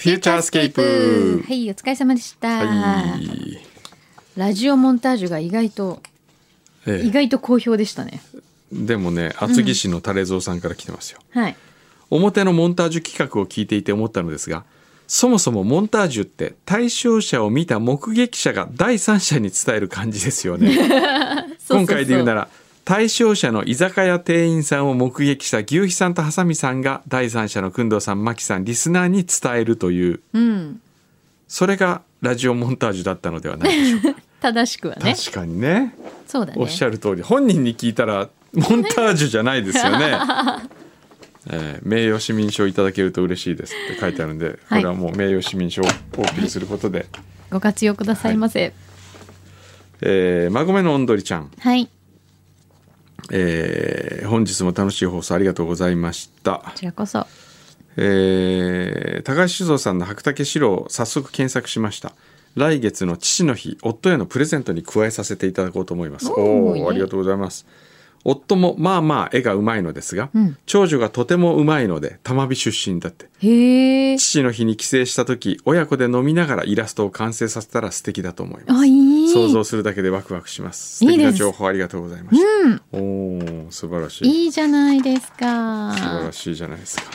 フューチャースケープ。 はい、お疲れ様でした、 はい、 ラジオモンタージュが意外と好評でしたね。 でもね、厚木市のタレゾウさんから来てますよ、 はい、 表のモンタージュ企画を聞いていて思ったのですが、そもそもモンタージュって対象者を見た目撃者が第三者に伝える感じですよね。 そう今回で言うなら対象者の居酒屋店員さんを目撃した牛肥さんとハサミさんが第三者の工藤さん、牧さん、リスナーに伝えるという、それがラジオモンタージュだったのではないでしょうか。 正しくはね。 確かにね。 そうだね。 おっしゃる通り、本人に聞いたらモンタージュじゃないですよね。名誉市民賞いただけると嬉しいですって書いてあるんで、これはもう名誉市民賞をお送りすることで、 ご活用くださいませ。 まごめのおんどりちゃん、 はい、 本日も楽しい放送ありがとうございました。 こちらこそ。 高橋酒造さんの白竹白を早速検索しました。来月の父の日、夫へのプレゼントに加えさせていただこうと思います。ありがとうございます。夫もまあまあ絵がうまいのですが、長女がとてもうまいので玉美出身だって。父の日に帰省した時、親子で飲みながらイラストを完成させたら素敵だと思います。想像するだけでワクワクします。素敵な情報ありがとうございました。素晴らしい。 いいじゃないですか。 素晴らしいじゃないですか。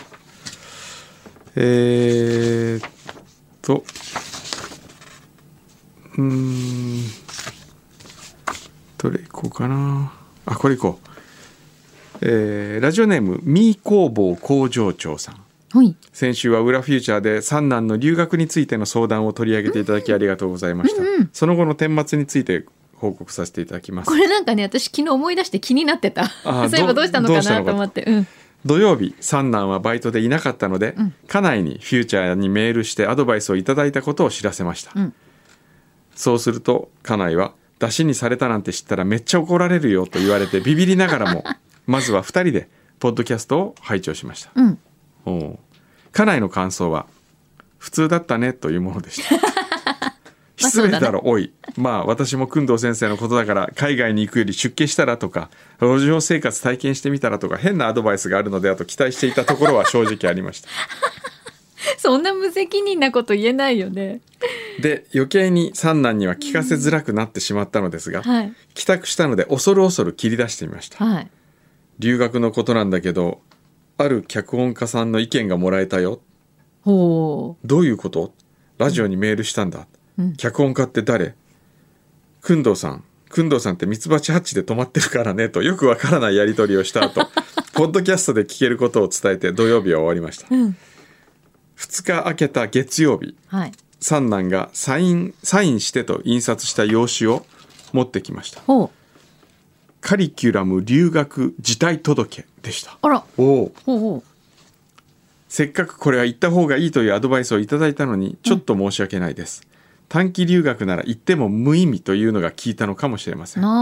どれいこうかな。これいこう。ラジオネームミー工房工場長さん、はい、先週は裏フューチャーで三男の留学についての相談を取り上げていただきありがとうございました、その後の顛末について報告させていただきます。 これなんかね、私昨日思い出して気になってた。そういえばどうしたのかなと思って、 土曜日三男はバイトでいなかったので、家内にフューチャーにメールしてアドバイスをいただいたことを知らせました、そうすると家内は出しにされたなんて知ったらめっちゃ怒られるよと言われてビビりながらもまずは2人でポッドキャストを拝聴しました、家内の感想は普通だったねというものでした失礼だろ、おい、私も工藤先生のことだから海外に行くより出家したらとか路上生活体験してみたらとか変なアドバイスがあるのではと期待していたところは正直ありましたそんな無責任なこと言えないよね。 で余計に三男には聞かせづらくなってしまったのですが、帰宅したので恐る恐る切り出してみました、留学のことなんだけどある脚本家さんの意見がもらえたよ。どういうこと？ラジオにメールしたんだ、脚本家って誰？工藤さんってミツバチハッチで止まってるからねとよくわからないやり取りをした後ポッドキャストで聞けることを伝えて土曜日は終わりました、2日明けた月曜日、三男がサインしてと印刷した用紙を持ってきました。カリキュラム留学辞退届でした。せっかくこれは行った方がいいというアドバイスをいただいたのにちょっと申し訳ないです、短期留学なら行っても無意味というのが効いたのかもしれません。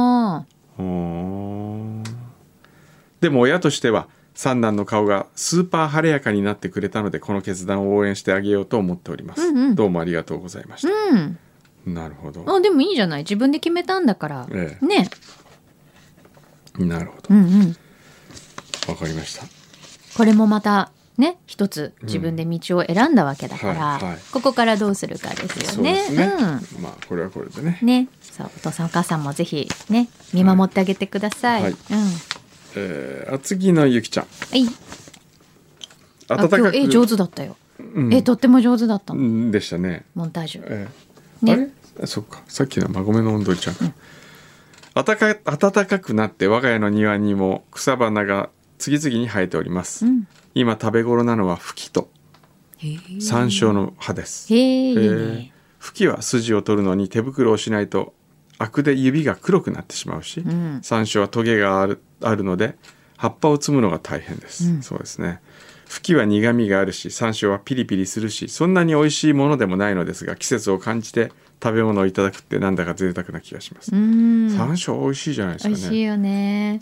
でも親としては三男の顔がスーパー晴れやかになってくれたのでこの決断を応援してあげようと思っております、どうもありがとうございました、なるほど。 でもいいじゃない、自分で決めたんだから、ね。 なるほど、わかりました。 これもまたね、一つ自分で道を選んだわけだから、ここからどうするかですよね。 これはこれでね。 そう、お父さんお母さんもぜひね見守ってあげてください。 厚木のゆきちゃん。 温かく上手だったよ。とっても上手だったの。でしたね。 モンタージュ。 あれ？そっか。さっきのまごめのおんどりちゃん。暖かくなって我が家の庭にも草花が次々に生えております、今食べ頃なのはフキと山椒の葉です。フキは筋を取るのに手袋をしないとアクで指が黒くなってしまうし、山椒はトゲがあるので葉っぱを摘むのが大変です、そうですね。フキは苦味があるし山椒はピリピリするしそんなに美味しいものでもないのですが季節を感じて食べ物をいただくってなんだか贅沢な気がします。山椒美味しいじゃないですかね。 美味しいよね。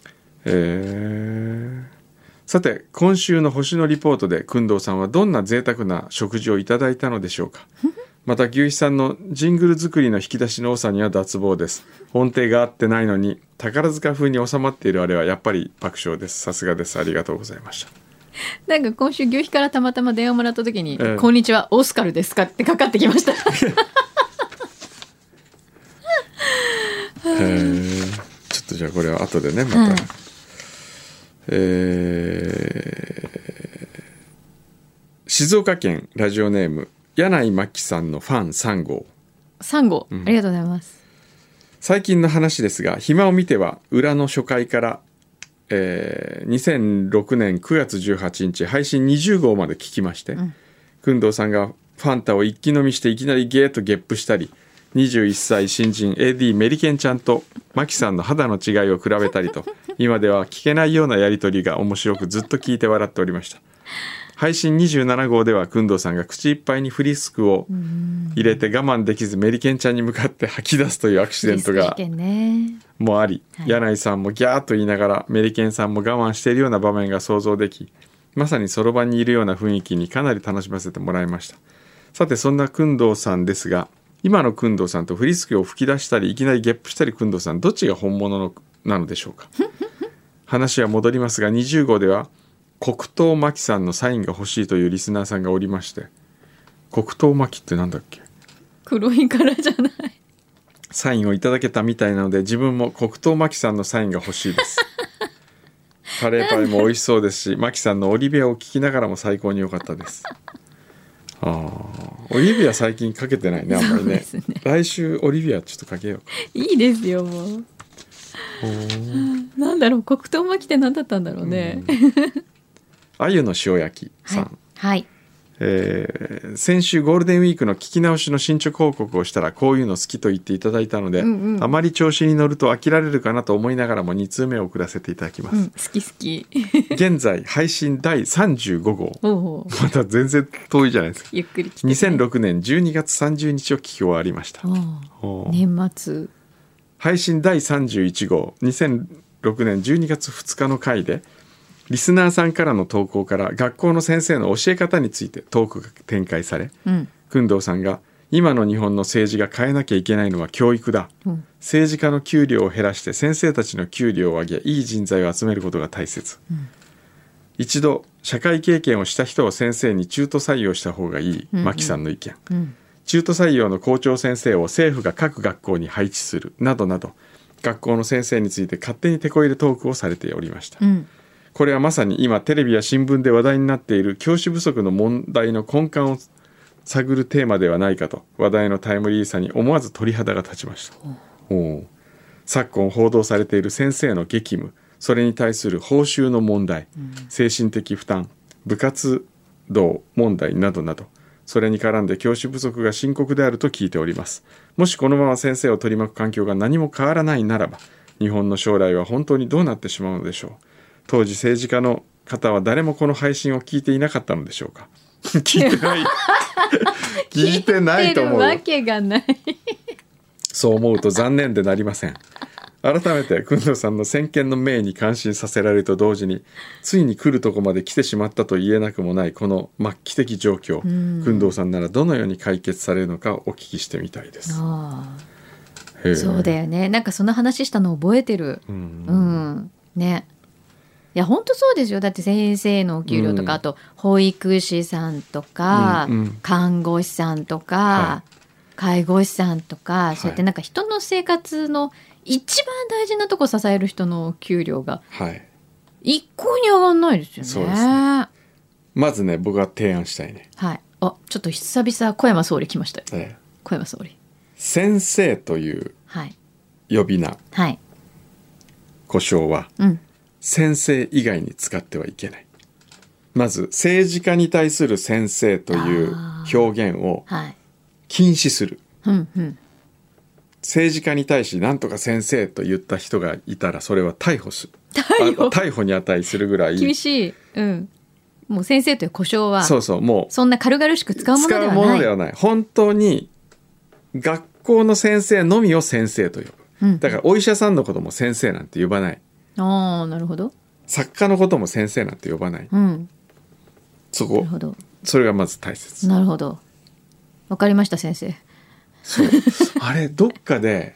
さて今週の星野リポートで工藤さんはどんな贅沢な食事をいただいたのでしょうかまた牛肥さんのジングル作りの引き出しの多さには脱帽です。音程が合ってないのに宝塚風に収まっているあれはやっぱり爆笑です。さすがです。ありがとうございました。 なんか今週牛皮からたまたま電話もらった時に、こんにちはオスカルですかってかかってきました。ちょっとじゃあこれは後でねまた、はい、静岡県ラジオネーム柳井真紀さんのファン3号、 3号、ありがとうございます。 最近の話ですが、暇を見ては裏の初回から、2006年9月18日配信20号まで聞きまして、工藤さんがファンタを一気飲みしていきなりゲーとゲップしたり、21歳新人 AD メリケンちゃんとマキさんの肌の違いを比べたりと、今では聞けないようなやり取りが面白くずっと聞いて笑っておりました。配信27号では工藤さんが口いっぱいにフリスクを入れて我慢できずメリケンちゃんに向かって吐き出すというアクシデントがもあり、柳井さんもギャーと言いながらメリケンさんも我慢しているような場面が想像でき、まさにそろばんにいるような雰囲気にかなり楽しませてもらいました。さてそんな工藤さんですが、今の工藤さんとフリスクを吹き出したりいきなりゲップしたり工藤さんどっちが本物なのでしょうか。話は戻りますが、20号では黒糖マキさんのサインが欲しいというリスナーさんがおりまして、黒糖マキってなんだっけ。 黒いからじゃない。 サインをいただけたみたいなので自分も黒糖マキさんのサインが欲しいです。カレーパイも美味しそうですし、マキさんのオリビアを聞きながらも最高に良かったです。オリビア最近かけてないね、あんまり ね。来週オリビアちょっとかけようか。 いいですよもう。なんだろう、黒糖巻きって何だったんだろうね。 あゆの塩焼きさん、 はい、 先週ゴールデンウィークの聞き直しの進捗報告をしたらこういうの好きと言っていただいたので、あまり調子に乗ると飽きられるかなと思いながらも2通目を送らせていただきます、 好き好き。 現在配信第35号また全然遠いじゃないですか。 ゆっくり来て、ね、 2006年12月30日を聞き終わりました。 年末配信第31号2006年12月2日の回でリスナーさんからの投稿から学校の先生の教え方についてトークが展開され、工藤さんが今の日本の政治が変えなきゃいけないのは教育だ、政治家の給料を減らして先生たちの給料を上げいい人材を集めることが大切、一度社会経験をした人を先生に中途採用した方がいい、牧さんの意見、中途採用の校長先生を政府が各学校に配置するなどなど、学校の先生について勝手にテこ入れトークをされておりました、これはまさに今テレビや新聞で話題になっている教師不足の問題の根幹を探るテーマではないかと、話題のタイムリーさに思わず鳥肌が立ちました。昨今報道されている先生の激務、それに対する報酬の問題、精神的負担、部活動問題などなど、それに絡んで教師不足が深刻であると聞いております。もしこのまま先生を取り巻く環境が何も変わらないならば、日本の将来は本当にどうなってしまうのでしょう。当時政治家の方は誰もこの配信を聞いていなかったのでしょうか。聞いてない聞いてないと思う。 聞いてるわけがない。 そう思うと残念でなりません。改めて工藤さんの先見の明に感心させられると同時に、ついに来るとこまで来てしまったと言えなくもないこの末期的状況、工藤さんならどのように解決されるのかをお聞きしてみたいです。 そうだよね。なんかその話したの覚えてる。ね。いや本当そうですよ。だって先生のお給料とか、あと保育士さんとか、看護師さんとか、介護士さんとか、そうやってなんか人の生活の一番大事なとこ支える人の給料が一向に上がんないですよね。 そうですね。まずね、僕は提案したいね。 ちょっと久々小山総理来ましたよ。小山総理。 先生という呼び名、呼称は、先生以外に使ってはいけない。まず政治家に対する先生という表現を禁止する、政治家に対し何とか先生と言った人がいたらそれは逮捕する。逮捕に値するぐらい厳しい、もう先生という呼称はもうそんな軽々しく使うものではない。 本当に学校の先生のみを先生と呼ぶ、だからお医者さんのことも先生なんて呼ばない。 なるほど。 作家のことも先生なんて呼ばない、それがまず大切。 なるほど、わかりました先生。 そうあれどっかで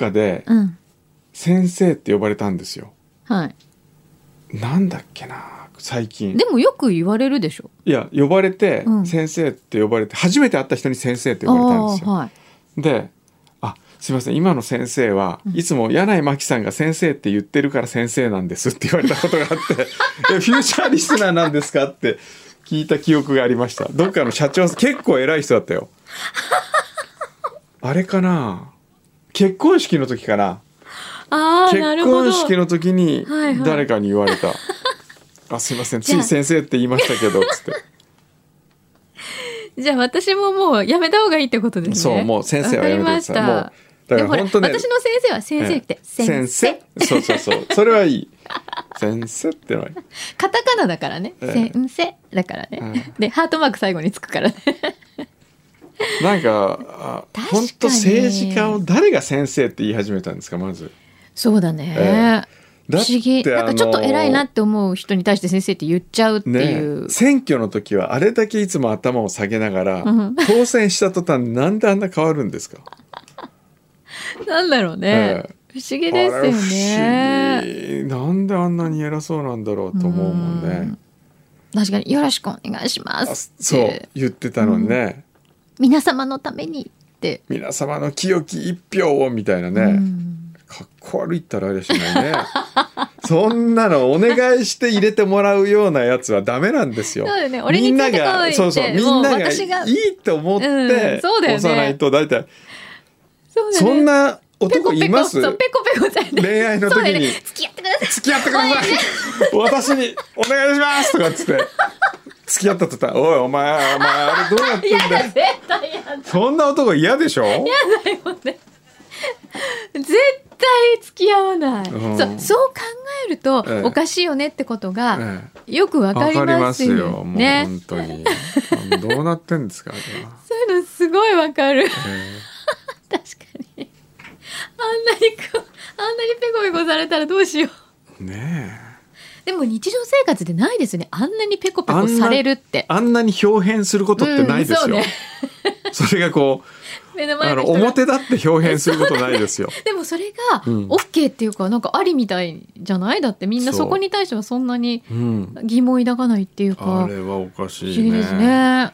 先生って呼ばれたんですよ。なんだっけな、 最近。 でもよく言われるでしょ。 いや呼ばれて、先生って呼ばれて初めて会った人に先生って呼ばれたんですよ。はい、ですいません今の先生はいつも柳井真紀さんが先生って言ってるから先生なんですって言われたことがあってフューチャーリスナーなんですかって聞いた記憶がありました。どっかの社長結構偉い人だったよあれかな結婚式の時かな。結婚式の時に誰かに言われた、はいはい、すいませんつい先生って言いましたけどつってじゃあ私ももうやめた方がいいってことですね。 そうもう先生はやめてください。もうだから本当ね私の先生は先生って先生そうそれはいい先生ってのはいいカタカナだからね、先生だからね、でハートマーク最後につくからねなんか本当政治家を誰が先生って言い始めたんですかまず。 そうだね、不思議。なんかちょっと偉いなって思う人に対して先生って言っちゃうっていう、 ね、選挙の時はあれだけいつも頭を下げながら、当選した途端なんであんな変わるんですかなんだろうね、不思議ですよね。 不思議なんであんなに偉そうなんだろうと思うもんね。 確かによろしくお願いしますってそう言ってたのにね、 皆様のためにって皆様の清き一票をみたいなね、かっこ悪いったらあれしないねそんなのお願いして入れてもらうようなやつはダメなんですよ。 そうだね、俺についてこいってみんながいいと思って押さないと大体、そんな男います？ ペコペコ恋愛の時に、 ね、付き合ってください付き合ってください私にお願いしますとかっつって付き合ったとたらお前あれどうなってんだよ絶対嫌だ。 そんな男嫌でしょ。嫌だよね絶対付き合わない、そう考えると、おかしいよねってことがよくわかりますよ、 よね、もう本当にどうなってんですかそういうのすごいわかる、確かにあんなにペコペコされたらどうしようねえ。でも日常生活でないですね、あんなにペコペコされるって。 あんなに表変することってないですよ、そうね、それがこう目の前の人が表立って表現することないですよでもそれが OK っていうか、なんかありみたいじゃない。だってみんなそこに対してはそんなに疑問抱かないっていうか、 あれはおかしいね、 不思議ですね、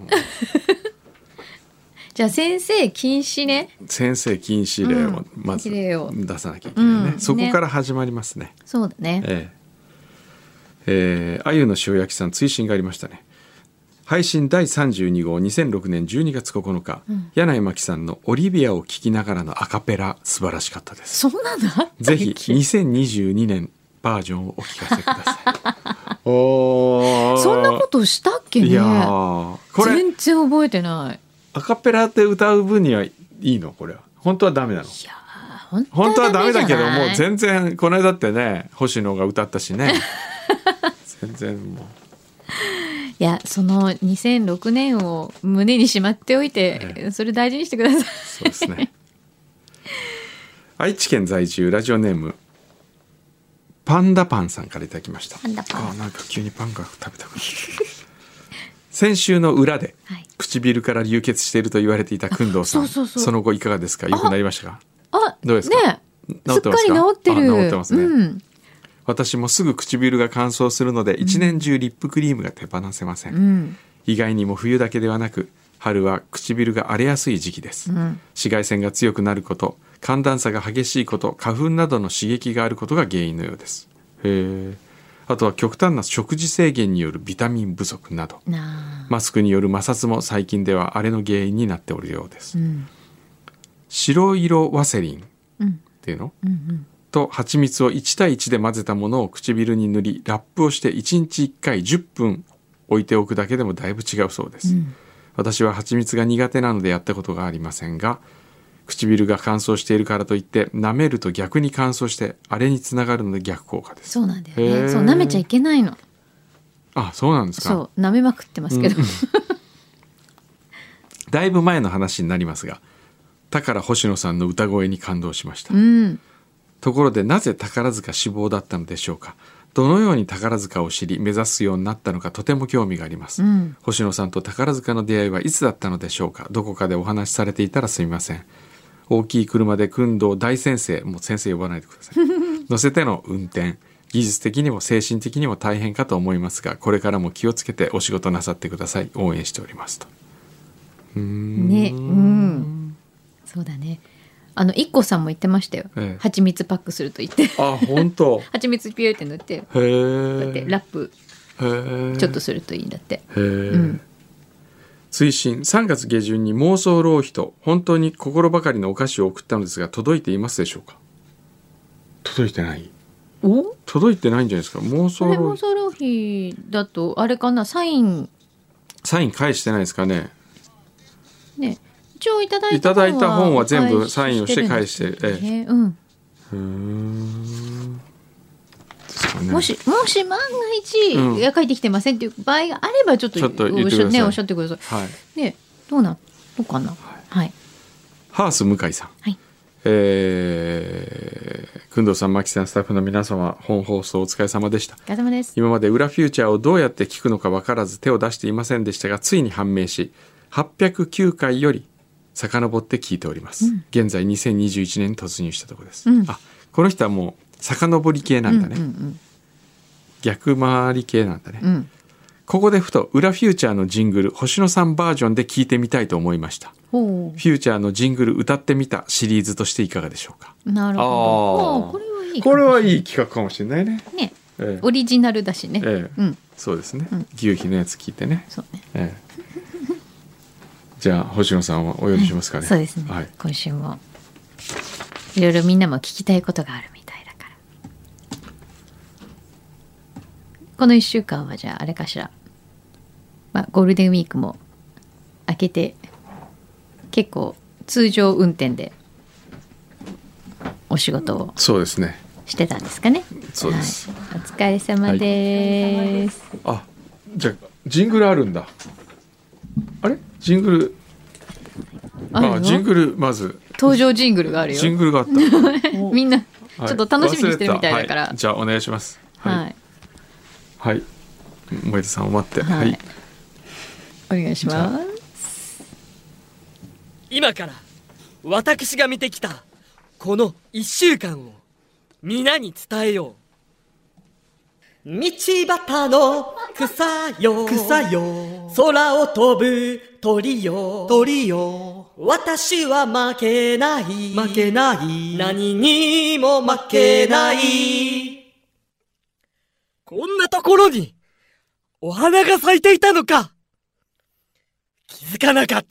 じゃあ先生禁止ね。 先生禁止令をまず出さなきゃいけないね、そこから始まりますね。 そうだね。 あゆの塩焼きさん追伸がありましたね。配信第32号2006年12月9日、柳井真紀さんのオリビアを聴きながらのアカペラ素晴らしかったです。 そうなんだ。 ぜひ2022年バージョンをお聞かせくださいおそんなことしたっけね。 いやこれ全然覚えてない。 アカペラで歌う分にはいいの？これは本当はダメなの？いや本当はダメだけど、もう全然この間ってね星野が歌ったしね全然もういや、その2006年を胸にしまっておいて、それ大事にしてください。 そうですね愛知県在住ラジオネームパンダパンさんからいただきました。なんか急にパンが食べたくなる先週の裏で、唇から流血していると言われていた工藤さん、その後いかがですか？良くなりましたか？どうですか？ね、 治ってますか？すっかり治ってる。 治ってますね、私もすぐ唇が乾燥するので、一年中リップクリームが手放せません、意外にも冬だけではなく春は唇が荒れやすい時期です、紫外線が強くなること、寒暖差が激しいこと、花粉などの刺激があることが原因のようです。あとは極端な食事制限によるビタミン不足など、マスクによる摩擦も最近では荒れの原因になっておるようです、白色ワセリンっていうの、と蜂蜜を1対1で混ぜたものを唇に塗り、ラップをして1日1回10分置いておくだけでもだいぶ違うそうです、私は蜂蜜が苦手なのでやったことがありませんが、唇が乾燥しているからといって舐めると逆に乾燥して荒れにつながるので逆効果です。 そうなんだよね。そう舐めちゃいけないの。 あ、そうなんですか。 そう舐めまくってますけど、 だいぶ前の話になりますが、宝星野さんの歌声に感動しました、ところでなぜ宝塚志望だったのでしょうか。どのように宝塚を知り目指すようになったのかとても興味があります、星野さんと宝塚の出会いはいつだったのでしょうか。どこかでお話しされていたらすみません。大きい車で工藤大先生、もう先生呼ばないでください乗せての運転、 技術的にも精神的にも大変かと思いますが、これからも気をつけてお仕事なさってください。応援しておりますと。 ね、そうだね。IKKOさんも言ってましたよ。蜂蜜パックすると言って。 あ、本当。 蜂蜜ピューって塗って、だってラップちょっとするといいんだって。 追伸、3月下旬に妄想浪費と本当に心ばかりのお菓子を送ったのですが、届いていますでしょうか。届いてない。届いてないんじゃないですか。妄想浪費だとあれかな、サイン返してないですかね。 ね、一応いただいた本は全部サインをして返して、 もし万が一、帰ってきてませんっていう場合があればちょっとおっしゃってください。ね、どうかな。はい。 ハース向井さん。はい。工藤さん、牧さん、スタッフの皆様、本放送お疲れ様でした。 お疲れ様です。 今まで裏フューチャーをどうやって聞くのか分からず手を出していませんでしたが、ついに判明し、809回より遡って聞いております。現在2021年に突入したところです。この人はもう遡り系なんだね。逆回り系なんだね。ここでふと裏フューチャーのジングル星野さんバージョンで聞いてみたいと思いました。フューチャーのジングル歌ってみたシリーズとしていかがでしょうか。 なるほど。 これはいい企画かもしれないね。 オリジナルだしね。 そうですね。牛皮のやつ聞いてね。じゃあ星野さんはお呼びしますかね。 そうですね。今週もいろいろみんなも聞きたいことがあるみたいだから、この1週間はじゃああれかしら、ゴールデンウィークも明けて結構通常運転でお仕事をしてたんですかね。 そうです。 お疲れ様です。 じゃあジングルあるんだ。あれジングル、ジングル、まず登場ジングルがあるよ。 ジングルがあったみんなちょっと楽しみにしてるみたいだから、 じゃあお願いします。はい、萌田さんを待って、お願いします。 今から私が見てきたこの1週間を皆に伝えよう。道端の草よ空を飛ぶ鳥よ私は負けない何にも負けない。こんなところにお花が咲いていたのか。気づかなかった。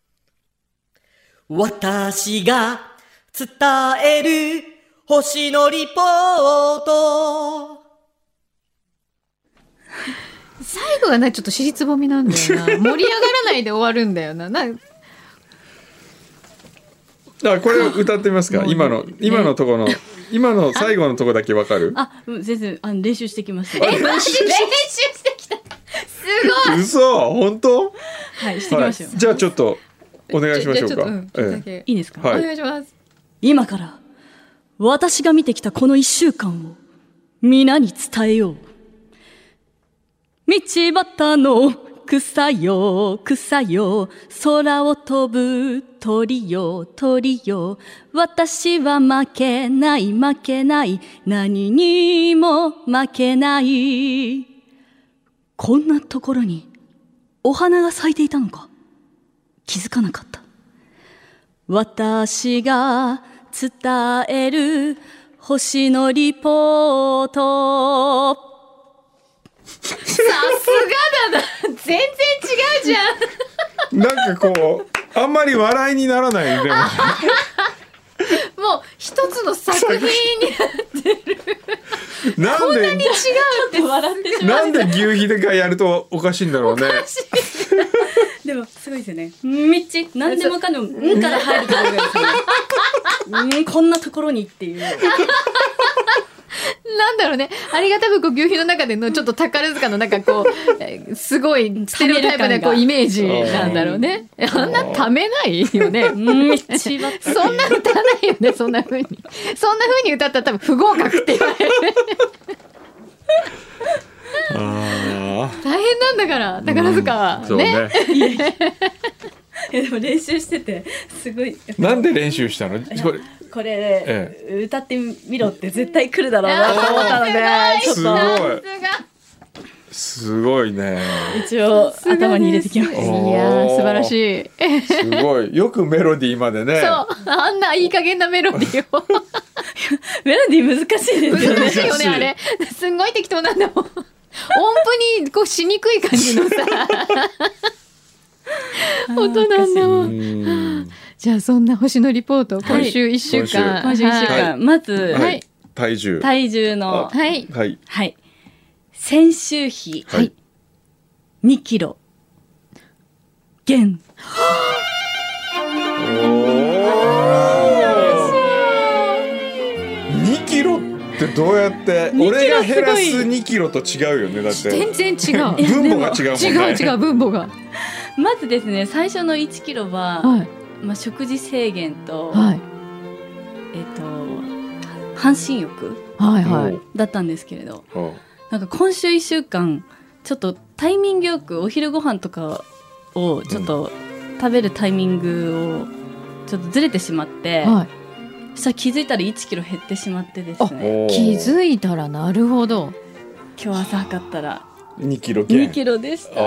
私が伝える星のリポート。 最後がちょっと尻つぼみなんだよな。盛り上がらないで終わるんだよな。 これを歌ってみますか。今のところの今の最後のとこだけわかる？ 全然練習してきました。 練習してきた。すごい。 嘘？本当？ はい、してきましたよ。 じゃあちょっとお願いしましょうか。 いいですか？ お願いします。 今から私が見てきたこの1週間を皆に伝えよう。道端の草よ空を飛ぶ鳥よ私は負けない何にも負けない。こんなところにお花が咲いていたのか。気づかなかった。私が伝える星のリポート。 さすがだな。全然違うじゃん。なんかこうあんまり笑いにならないでももう一つの作品になってる。こんなに違うって笑ってしまう。 なんで牛皮でかやるとおかしいんだろうね。 でもすごいですよね。何でもかんでも「ん」から入るところがですね。こんなところにっていう。 なんだろうね。あれが多分牛皮の中でのちょっと宝塚のすごいステレオタイプなイメージなんだろうね。あんなためないよね。そんな歌ないよね。そんな風に歌ったら多分不合格って言われる。大変なんだから宝塚はね。 でも練習しててすごい。 なんで練習したの？ これ、歌ってみろって絶対来るだろうなと思ったので、ちょっとすごいね。 一応頭に入れてきました。 いや素晴らしい。 すごい。よくメロディーまでね。 そう、あんないい加減なメロディーを。 メロディー難しいですよね。 難しいよねあれ。すんごい適当なんだもん。音符にこうしにくい感じのさ音なんだもん。じゃあそんな星のリポート、今週1週間、 今週1週間、まず、 体重のはい先週比2キロ減。 2キロってどうやって俺が減らす2キロと違うよね。だって全然違う。 分母が違うもんね。 違う分母が。 まずですね、最初の1キロは、食事制限と、半身浴だったんですけれど、なんか今週1週間ちょっとタイミングよくお昼ご飯とかをちょっと食べるタイミングをちょっとずれてしまって、そしたら気づいたら1キロ減ってしまってですね。 気づいたら、なるほど。 今日朝測ったら 2キロ減。 2キロでした。 こ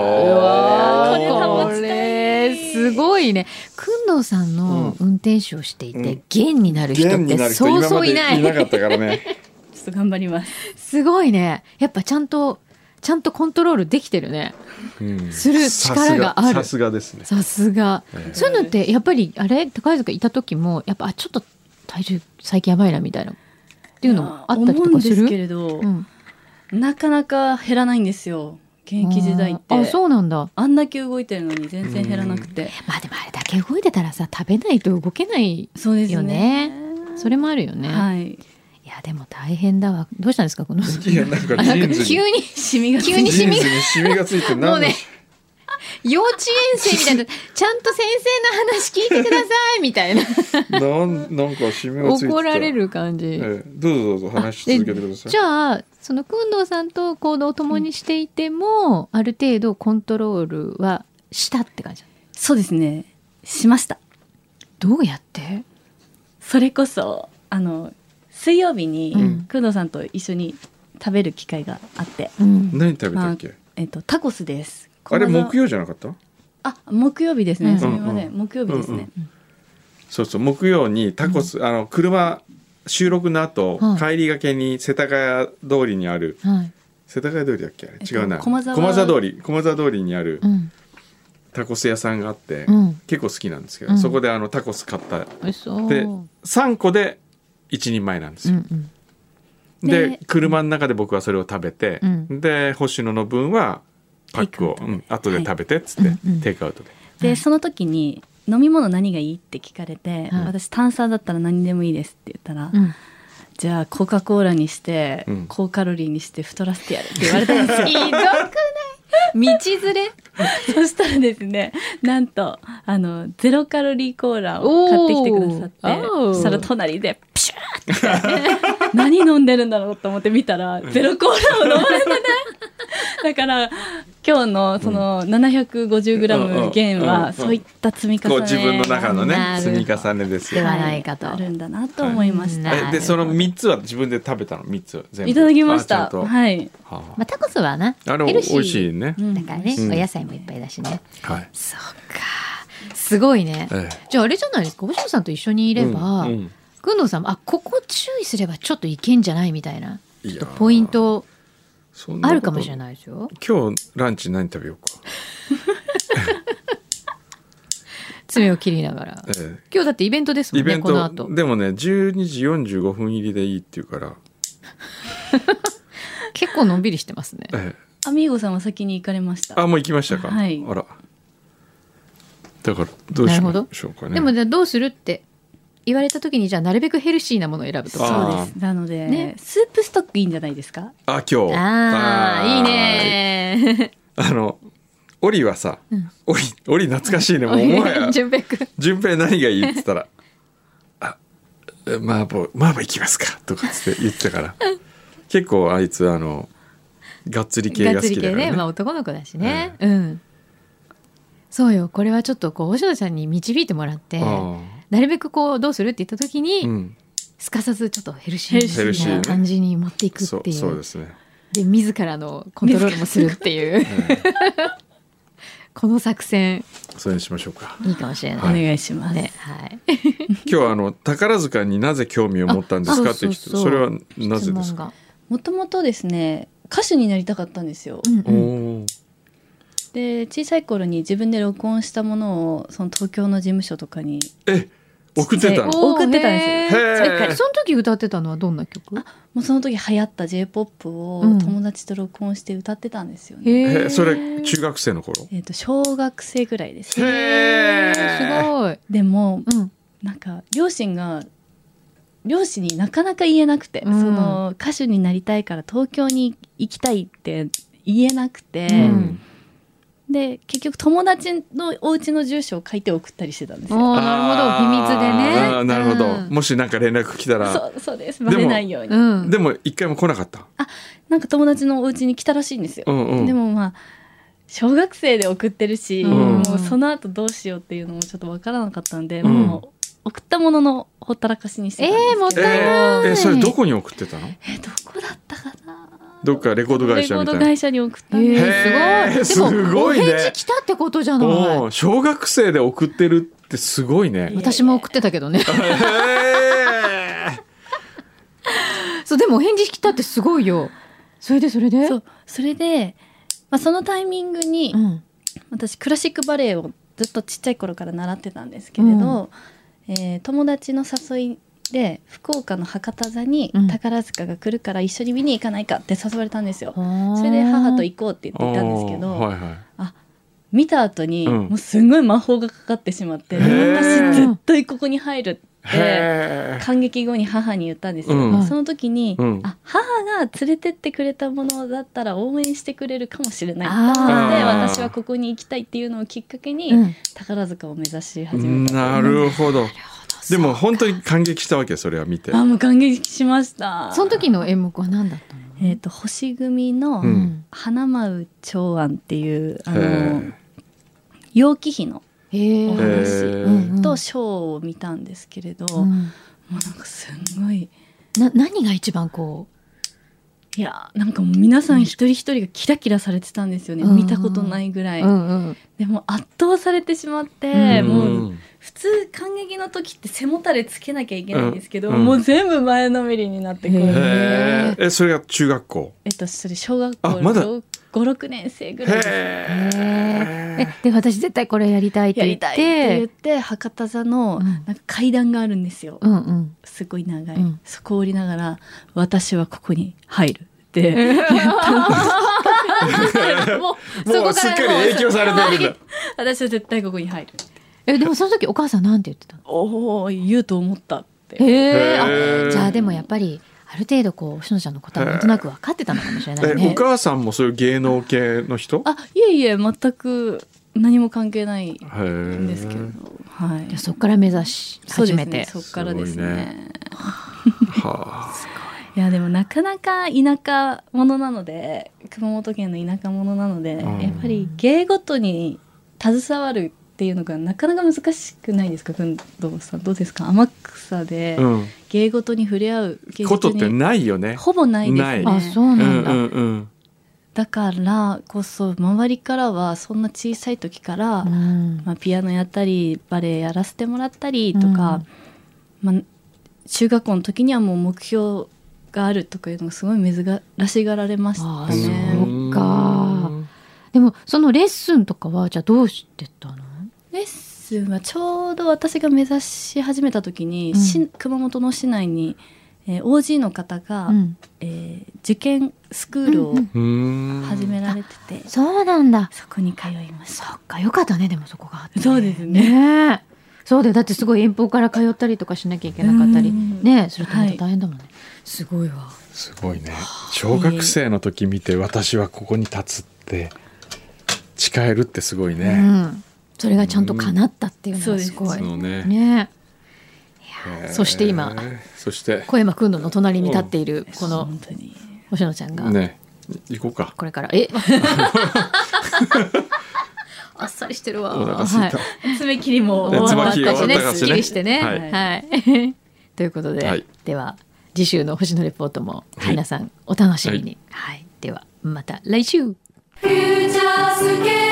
れすごいね。工藤さんの運転手をしていて減になる人ってそうそういない。 いなかったからね。 ちょっと頑張ります。 すごいね。やっぱちゃんとコントロールできてるね。する力がある。 さすがですね。 さすが。そういうのってやっぱり高塚いた時もやっぱちょっと体重最近やばいなみたいなっていうのもあったりとかする？ 思うんですけれど、なかなか減らないんですよ。現役時代って。 そうなんだ。 あんだけ動いてるのに全然減らなくて。 まあでもあれだけ動いてたらさ、食べないと動けないよね。そうですね。それもあるよね。 はい。 いやでも大変だわ。どうしたんですかこの。 いやなんかジーンズに急にシミがついて。 ジーンズにシミがついてもうね。幼稚園生みたいな、ちゃんと先生の話聞いてくださいみたいな。 なんかシミがついてた。 怒られる感じ。 どうぞ話し続けてください。 じゃあその工藤さんと行動を共にしていても、ある程度コントロールはしたって感じ？ そうですね、しました。 どうやって？ それこそ水曜日に工藤さんと一緒に食べる機会があって、 何食べたっけ？ タコスです。 あれ木曜じゃなかった？ 木曜日ですね。すみません、木曜日ですね。 そう木曜にタコス、車収録の後、帰りがけに世田谷通りにある、世田谷通りだっけあれ、違うな、駒沢通りにあるタコス屋さんがあって、結構好きなんですけど、そこでタコス買った。で3個で1人前なんですよ。で車の中で僕はそれを食べて、で星野の分はパックを後で食べてっつって、テイクアウトでその時に飲み物何がいいって聞かれて、私炭酸だったら何でもいいですって言ったら、じゃあコカ・コーラにして、高カロリーにして太らせてやるって言われたんですよ。 ひどくない？道連れ。 そしたらですね、なんとゼロカロリーコーラを買ってきてくださって、そしたら隣でプシューって何飲んでるんだろうと思って見たら、ゼロコーラを飲まれてない。だから今日のその 750g 減はそういった積み重ね、 自分の中のね積み重ねですよ。 ではないかとあるんだなと思いました。 でその3つは自分で食べたの？3つは全部いただきました。はい。 タコスはなあれ美味しいね。 だからね、お野菜もいっぱいだしね。そうか、すごいね。じゃああれじゃないですか、星野さんと一緒にいれば工藤さんもここ注意すればちょっといけんじゃないみたいなちょっとポイントあるかもしれないですよ。 今日ランチ何食べようか。 爪を切りながら、今日だってイベントですもんね。この後でもね12時45分入りでいいっていうから結構のんびりしてますね。 アミーゴさんは先に行かれました。 もう行きましたか。 はい。 あら、だからどうしましょうかね。 でもどうするって言われた時に、じゃあなるべくヘルシーなものを選ぶとか。 そうです。なので、スープストックいいんじゃないですか。 今日いいね。 オリはさ、オリ懐かしいね。もうもはや順平何がいいって言ったら麻婆いきますかとかって言ってたから結構あいつがっつり系が好きだからね。 男の子だしね。そうよ、これはちょっと星野さんに導いてもらって、 なるべくこうどうするって言った時に、すかさずちょっとヘルシーな感じに持っていくっていう。 そうですね。 で自らのコントロールもするっていうこの作戦それにしましょうか。 いいかもしれない。 お願いします、ね。 はい。 今日は宝塚になぜ興味を持ったんですかっていう人、それはなぜですか。 もともとですね、歌手になりたかったんですよ。で小さい頃に自分で録音したものをその東京の事務所とかに送ってたんですよ。その時歌ってたのはどんな曲？ もうその時流行った J-POP を友達と録音して歌ってたんですよね。 それ中学生の頃？ 小学生ぐらいです。 すごい。 でも、なんか両親になかなか言えなくて、その歌手になりたいから東京に行きたいって言えなくて、で結局友達のお家の住所を書いて送ったりしてたんですよ。 なるほど、秘密でね。 なるほど、もしなんか連絡来たら。 そうです、バレないように。 でも一回も来なかった？ なんか友達のお家に来たらしいんですよ。でもまあ小学生で送ってるし、もうその後どうしようっていうのもちょっとわからなかったんで、もう送ったもののほったらかしにしてたんですけど。 もったいない。 それどこに送ってたの？ どこだったかな。 どっかレコード会社みたいな。 レコード会社に送ったんですごい。でもお返事来たってことじゃない。 小学生で送ってるってすごいね。 私も送ってたけどね。そうでもお返事来たってすごいよ。それでそれで、そのタイミングに、私クラシックバレエをずっとちっちゃい頃から習ってたんですけれど、友達の誘いで福岡の博多座に宝塚が来るから一緒に見に行かないかって誘われたんですよ。それで母と行こうって言っていたんですけど、見た後にもうすごい魔法がかかってしまって、私絶対ここに入るって感激後に母に言ったんですよ。その時に、母が連れてってくれたものだったら応援してくれるかもしれないと思って、私はここに行きたいっていうのをきっかけに、宝塚を目指し始めた。 なるほど。でも本当に感激したわけ、それは見て。 もう感激しました。 その時の演目は何だったの？ 星組の花舞長庵っていう楊貴妃のお話とショーを見たんですけれど、もうなんかすごい何が一番こう、いやなんかもう皆さん一人一人がキラキラされてたんですよね。見たことないぐらい。でも圧倒されてしまって、もう普通感激の時って背もたれつけなきゃいけないんですけど、もう全部前のめりになってくる。 それが中学校？ それ小学校5、6年生ぐらいです。 で私絶対これやりたいって言って博多座のなんか階段があるんですよ。すごい長い。そこを降りながら私はここに入るって言ったもうすっかり影響されてるんだ。 私は絶対ここに入る。 でもその時お母さんなんて言ってたの？言うと思ったって。 じゃあでもやっぱりある程度こうしのちゃんのことはなんとなく分かってたのかもしれないね。 お母さんもそういう芸能系の人？ いえ全く何も関係ないんですけど、 そこから目指し始めて。 そこからですね。いやでもなかなか田舎者なので、熊本県の田舎者なので、やっぱり芸事に携わるっていうのがなかなか難しくないですか？工藤さんどうですか？天草で芸事に触れ合うことってないよね。 ほぼないですね。 そうなんだ。 だからこそ周りからはそんな小さい時から、ピアノやったりバレエやらせてもらったりとか、中学校の時にはもう目標があるとかいうのがすごい珍しがられましたね。 そうか。でもそのレッスンとかはじゃあどうしてたの？ レッスンはちょうど私が目指し始めた時に、熊本の市内に、OG の方が、受験スクールを始められてて、 そうなんだ。 そこに通いました。 そっか、よかったね。でもそこがあって。 そうですね。 そうだよ。だってすごい遠方から通ったりとかしなきゃいけなかったりね、すると大変だもんね。すごいわ。 すごいね。小学生の時見て私はここに立つって誓えるってすごいね。 それがちゃんと叶ったっていうのがすごい。ね。そして今、小山君の隣に立っているこの星野ちゃんがね、行こうか。 これからあっさりしてるわ。 お腹すいた。 爪切りも終わったしね、 終わったしねすっきりしてね。はいということで、 はい、 では次週の星野レポートも皆さんお楽しみに。はい、ではまた来週。フューチャースケープ